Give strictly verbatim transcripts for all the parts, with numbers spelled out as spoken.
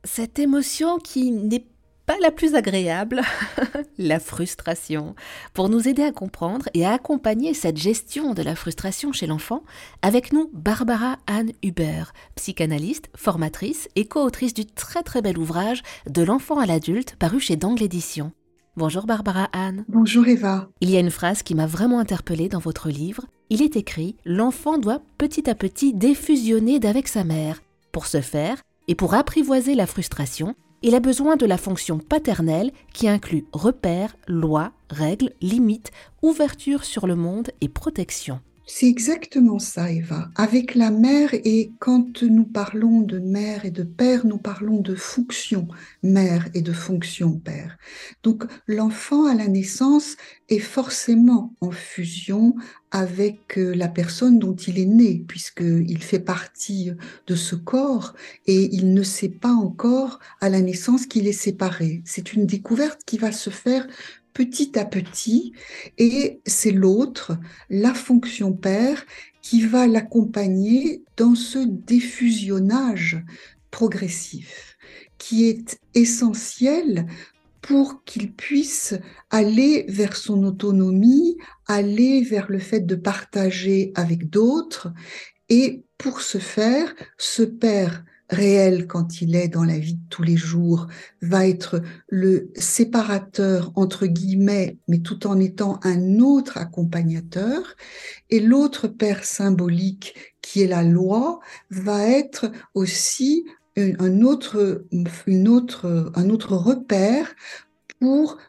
Cette émotion qui n'est pas la plus agréable, la frustration. Pour nous aider à comprendre et à accompagner cette gestion de la frustration chez l'enfant, avec nous Barbara Anne Hubert, psychanalyste, formatrice et co-autrice du très très bel ouvrage De l'enfant à l'adulte paru chez Dangle Éditions. Bonjour Barbara Anne. Bonjour Eva. Il y a une phrase qui m'a vraiment interpellée dans votre livre. Il est écrit « L'enfant doit petit à petit défusionner d'avec sa mère. Pour ce faire, et pour apprivoiser la frustration, il a besoin de la fonction paternelle qui inclut repères, lois, règles, limites, ouverture sur le monde et protection. » C'est exactement ça, Eva. Avec la mère, et quand nous parlons de mère et de père, nous parlons de fonction mère et de fonction père. Donc l'enfant à la naissance est forcément en fusion avec la personne dont il est né, puisqu'il fait partie de ce corps et il ne sait pas encore à la naissance qu'il est séparé. C'est une découverte qui va se faire petit à petit, et c'est l'autre, la fonction père, qui va l'accompagner dans ce défusionnage progressif, qui est essentiel pour qu'il puisse aller vers son autonomie, aller vers le fait de partager avec d'autres, et pour ce faire, ce père réel quand il est dans la vie de tous les jours va être le séparateur entre guillemets, mais tout en étant un autre accompagnateur, et l'autre père symbolique qui est la loi va être aussi un autre, une autre, un autre repère pour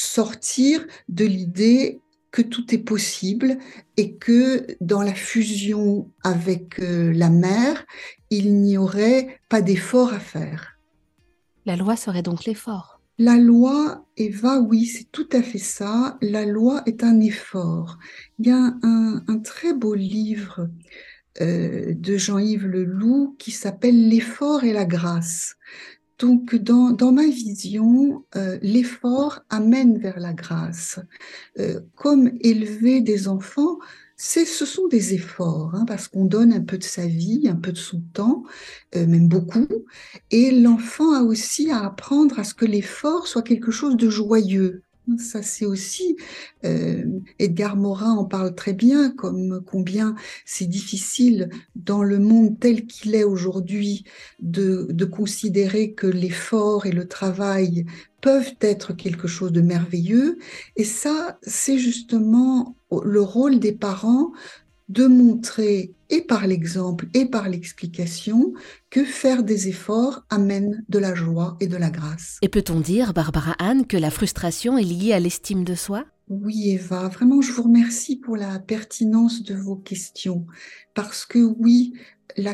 sortir de l'idée que tout est possible et que dans la fusion avec euh, la mère, il n'y aurait pas d'effort à faire. La loi serait donc l'effort. La loi, Eva, oui, c'est tout à fait ça. La loi est un effort. Il y a un, un très beau livre euh, de Jean-Yves Leloup qui s'appelle L'effort et la grâce. Donc, dans, dans ma vision, euh, l'effort amène vers la grâce. Euh, comme élever des enfants, c'est, ce sont des efforts, hein, parce qu'on donne un peu de sa vie, un peu de son temps, euh, même beaucoup, et l'enfant a aussi à apprendre à ce que l'effort soit quelque chose de joyeux. Ça, c'est aussi, euh, Edgar Morin en parle très bien, comme combien c'est difficile dans le monde tel qu'il est aujourd'hui de, de considérer que l'effort et le travail peuvent être quelque chose de merveilleux. Et ça, c'est justement le rôle des parents de montrer, et par l'exemple et par l'explication, que faire des efforts amène de la joie et de la grâce. Et peut-on dire, Barbara Anne, que la frustration est liée à l'estime de soi ? Oui, Eva, vraiment, je vous remercie pour la pertinence de vos questions, parce que oui, la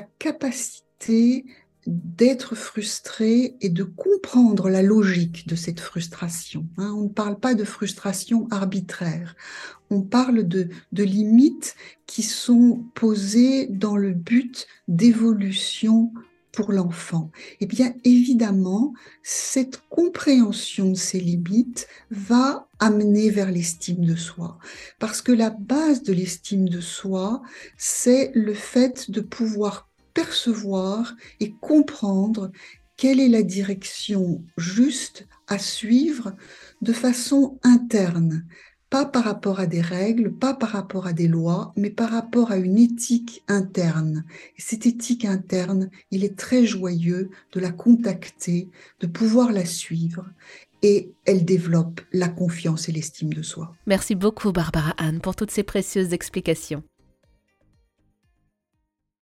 capacité d'être frustré et de comprendre la logique de cette frustration. Hein, on ne parle pas de frustration arbitraire, on parle de, de limites qui sont posées dans le but d'évolution pour l'enfant. Eh bien, évidemment, cette compréhension de ces limites va amener vers l'estime de soi. Parce que la base de l'estime de soi, c'est le fait de pouvoir percevoir et comprendre quelle est la direction juste à suivre de façon interne. Pas par rapport à des règles, pas par rapport à des lois, mais par rapport à une éthique interne. Et cette éthique interne, il est très joyeux de la contacter, de pouvoir la suivre, et elle développe la confiance et l'estime de soi. Merci beaucoup Barbara Anne pour toutes ces précieuses explications.